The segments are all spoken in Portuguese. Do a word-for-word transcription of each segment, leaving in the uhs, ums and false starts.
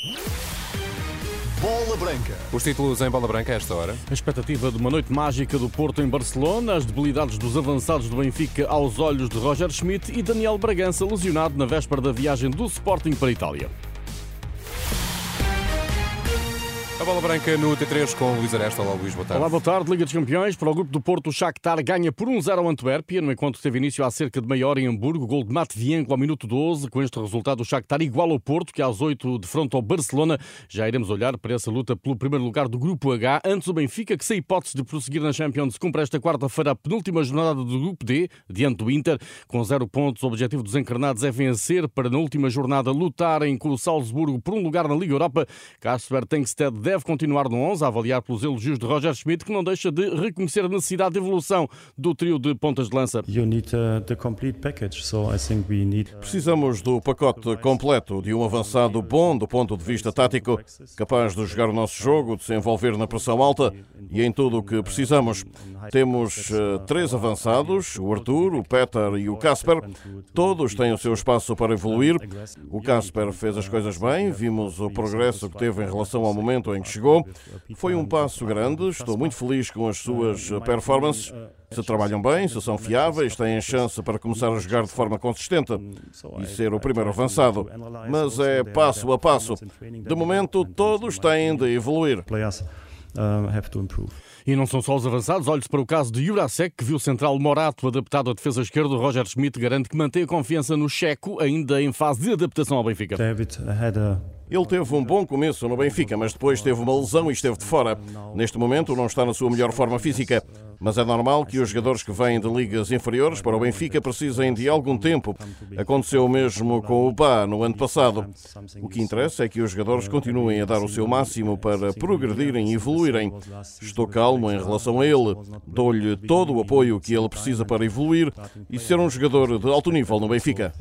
Bola Branca. Os títulos em Bola Branca a esta hora. A expectativa de uma noite mágica do Porto em Barcelona, as debilidades dos avançados do Benfica aos olhos de Roger Schmidt e Daniel Bragança lesionado na véspera da viagem do Sporting para a Itália. A Bola Branca no T três com o Luís Aresta. Olá, Luís, boa tarde. Olá, boa tarde. Liga dos Campeões. Para o grupo do Porto, o Shakhtar ganha por um zero ao Antuérpia, no encontro que teve início há cerca de meia hora em Hamburgo. Gol de Matvienko ao minuto doze. Com este resultado, o Shakhtar igual ao Porto, que às oito de frente ao Barcelona. Já iremos olhar para essa luta pelo primeiro lugar do grupo H. Antes o Benfica, que sem hipótese de prosseguir na Champions, cumpre esta quarta-feira a penúltima jornada do grupo D, diante do Inter. Com zero pontos, o objetivo dos encarnados é vencer para, na última jornada, lutarem com o Salzburgo por um lugar na Liga Europa. Kasper Tengstedt deve continuar no onze, a avaliar pelos elogios de Roger Schmidt, que não deixa de reconhecer a necessidade de evolução do trio de pontas de lança. Precisamos do pacote completo de um avançado bom do ponto de vista tático, capaz de jogar o nosso jogo, de se envolver na pressão alta e em tudo o que precisamos. Temos uh, três avançados, o Arthur, o Petar e o Kasper. Todos têm o seu espaço para evoluir. O Kasper fez as coisas bem, vimos o progresso que teve em relação ao momento em que chegou. Foi um passo grande, estou muito feliz com as suas performances. Se trabalham bem, se são fiáveis, têm chance para começar a jogar de forma consistente e ser o primeiro avançado. Mas é passo a passo. De momento, todos têm de evoluir. E não são só os avançados. Olhe-se para o caso de Jurasek, que viu o central Morato adaptado à defesa esquerda. Roger Schmidt garante que mantém a confiança no checo, ainda em fase de adaptação ao Benfica. Ele teve um bom começo no Benfica, mas depois teve uma lesão e esteve de fora. Neste momento não está na sua melhor forma física, mas é normal que os jogadores que vêm de ligas inferiores para o Benfica precisem de algum tempo. Aconteceu o mesmo com o Bá no ano passado. O que interessa é que os jogadores continuem a dar o seu máximo para progredirem e evoluírem. Estou calmo em relação a ele, dou-lhe todo o apoio que ele precisa para evoluir e ser um jogador de alto nível no Benfica.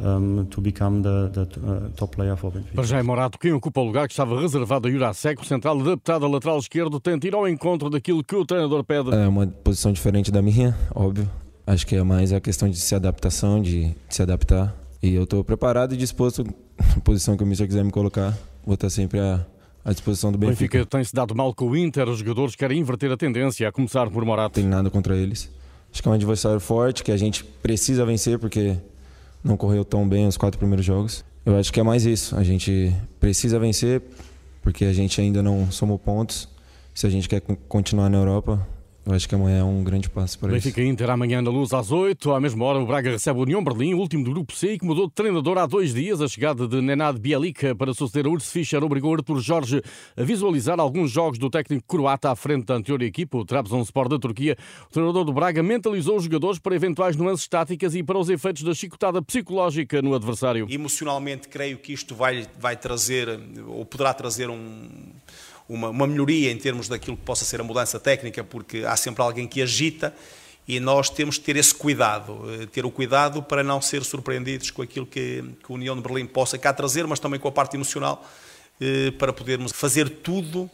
Para já é Morato quem ocupa o lugar que estava reservado a Jurasek. O central adaptado a lateral esquerdo tenta ir ao encontro daquilo que o treinador pede. É uma posição diferente da minha, óbvio. Acho que é mais a questão de se adaptação, de, de se adaptar. E eu estou preparado e disposto, na posição que o mister quiser me colocar, vou estar sempre à, à disposição do Benfica. O Benfica tem-se dado mal com o Inter. Os jogadores querem inverter a tendência, a começar por Morato. Não tem nada contra eles. Acho que é um adversário forte, que a gente precisa vencer, porque não correu tão bem os quatro primeiros jogos. Eu acho que é mais isso. A gente precisa vencer, porque a gente ainda não somou pontos. Se a gente quer continuar na Europa, eu acho que amanhã é um grande passo para isso. Benfica Inter amanhã na Luz às oito. À mesma hora o Braga recebe o União Berlim, o último do grupo C, que mudou de treinador há dois dias. A chegada de Nenad Bjelica para suceder a Urs Fischer obrigou Artur Jorge a visualizar alguns jogos do técnico croata à frente da anterior equipa, o Trabzonspor da Turquia. O treinador do Braga mentalizou os jogadores para eventuais nuances táticas e para os efeitos da chicotada psicológica no adversário. Emocionalmente creio que isto vai, vai trazer, ou poderá trazer um... Uma, uma melhoria em termos daquilo que possa ser a mudança técnica, porque há sempre alguém que agita e nós temos que ter esse cuidado, ter o cuidado para não ser surpreendidos com aquilo que, que a União de Berlim possa cá trazer, mas também com a parte emocional, para podermos fazer tudo,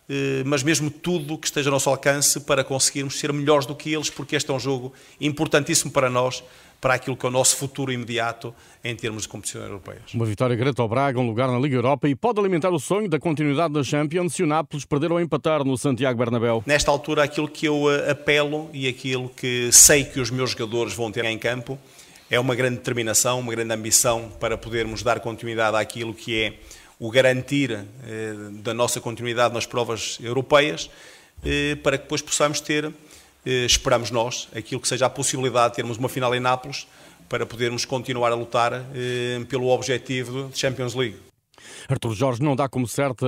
mas mesmo tudo que esteja ao nosso alcance para conseguirmos ser melhores do que eles, porque este é um jogo importantíssimo para nós, para aquilo que é o nosso futuro imediato em termos de competições europeias. Uma vitória garante ao Braga um lugar na Liga Europa e pode alimentar o sonho da continuidade da Champions se o Nápoles perder ou empatar no Santiago Bernabéu. Nesta altura, aquilo que eu apelo e aquilo que sei que os meus jogadores vão ter em campo é uma grande determinação, uma grande ambição para podermos dar continuidade àquilo que é o garantir eh, da nossa continuidade nas provas europeias, eh, para que depois possamos ter, eh, esperamos nós, aquilo que seja a possibilidade de termos uma final em Nápoles, para podermos continuar a lutar eh, pelo objetivo de Champions League. Artur Jorge não dá como certo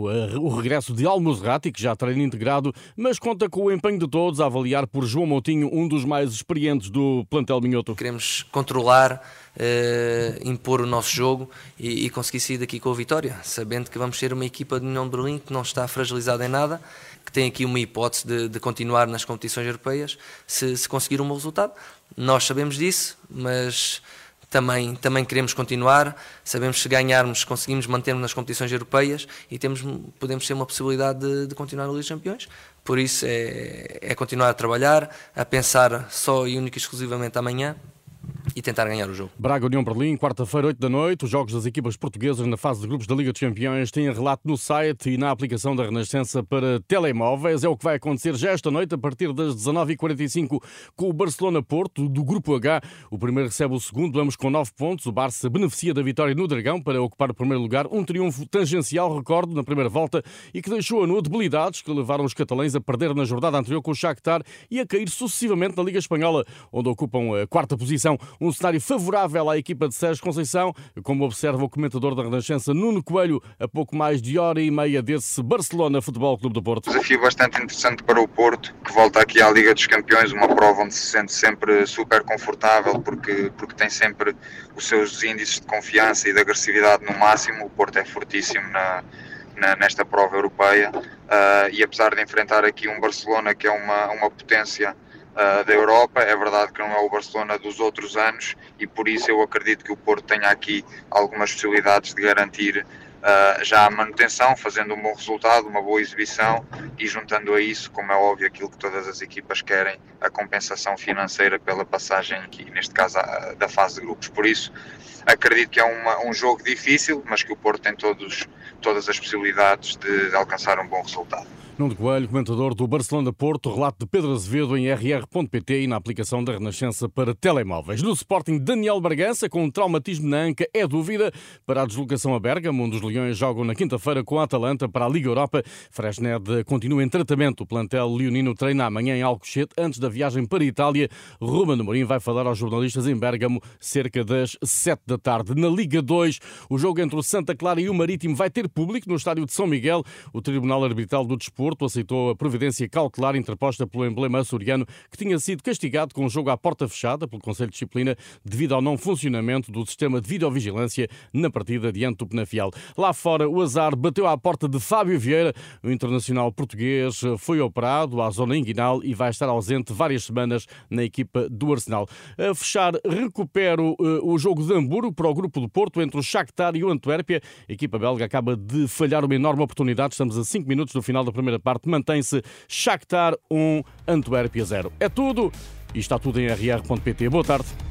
o regresso de Al-Musrati, que já treina integrado, mas conta com o empenho de todos, a avaliar por João Moutinho, um dos mais experientes do plantel minhoto. Queremos controlar, eh, impor o nosso jogo e, e conseguir sair daqui com a vitória, sabendo que vamos ser uma equipa de União de Berlim que não está fragilizada em nada, que tem aqui uma hipótese de, de continuar nas competições europeias, se, se conseguir um bom resultado. Nós sabemos disso, mas Também, também queremos continuar, sabemos que se ganharmos conseguimos manter-nos nas competições europeias e temos, podemos ter uma possibilidade de, de continuar no Liga dos Campeões. Por isso é, é continuar a trabalhar, a pensar só e única e exclusivamente amanhã e tentar ganhar o jogo. Braga União Berlim, quarta-feira, oito da noite. Os jogos das equipas portuguesas na fase de grupos da Liga dos Campeões têm relato no site e na aplicação da Renascença para telemóveis. É o que vai acontecer já esta noite, a partir das dezanove e quarenta e cinco, com o Barcelona-Porto, do Grupo H. O primeiro recebe o segundo, ambos com nove pontos. O Barça beneficia da vitória no Dragão para ocupar o primeiro lugar. Um triunfo tangencial, recordo, na primeira volta, e que deixou a nu debilidades que levaram os catalães a perder na jornada anterior com o Shakhtar e a cair sucessivamente na Liga Espanhola, onde ocupam a quarta posição. Um cenário favorável à equipa de Sérgio Conceição, como observa o comentador da Renascença, Nuno Coelho, a pouco mais de hora e meia desse Barcelona Futebol Clube do Porto. Desafio bastante interessante para o Porto, que volta aqui à Liga dos Campeões, uma prova onde se sente sempre super confortável, porque, porque tem sempre os seus índices de confiança e de agressividade no máximo. O Porto é fortíssimo na, na, nesta prova europeia, uh, e apesar de enfrentar aqui um Barcelona que é uma, uma potência Uh, da Europa, é verdade que não é o Barcelona dos outros anos, e por isso eu acredito que o Porto tenha aqui algumas possibilidades de garantir uh, já a manutenção, fazendo um bom resultado, uma boa exibição e juntando a isso, como é óbvio, aquilo que todas as equipas querem, a compensação financeira pela passagem aqui, neste caso a, da fase de grupos. Por isso acredito que é uma, um jogo difícil, mas que o Porto tem todos, todas as possibilidades de, de alcançar um bom resultado. Nuno Coelho, comentador do Barcelona-Porto, relato de Pedro Azevedo em r r ponto p t e na aplicação da Renascença para telemóveis. No Sporting, Daniel Bragança, com um traumatismo na anca, é dúvida para a deslocação a Bérgamo, onde os Leões jogam na quinta-feira com a Atalanta para a Liga Europa. Fresned continua em tratamento. O plantel leonino treina amanhã em Alcochete, antes da viagem para a Itália. Ruben Amorim vai falar aos jornalistas em Bérgamo, cerca das sete da tarde. Na Liga dois, o jogo entre o Santa Clara e o Marítimo vai ter público no estádio de São Miguel. O Tribunal Arbitral do Desporto aceitou a providência cautelar interposta pelo emblema açoriano, que tinha sido castigado com um jogo à porta fechada pelo Conselho de Disciplina devido ao não funcionamento do sistema de videovigilância na partida diante do Penafiel. Lá fora, o azar bateu à porta de Fábio Vieira. O internacional português foi operado à zona inguinal e vai estar ausente várias semanas na equipa do Arsenal. A fechar, recupero uh, o jogo de Hamburgo para o Grupo do Porto entre o Shakhtar e o Antuérpia. A equipa belga acaba de falhar uma enorme oportunidade. Estamos a cinco minutos do final da primeira parte. Mantém-se Shakhtar um, Antuérpia zero. É tudo e está tudo em r r ponto p t. Boa tarde.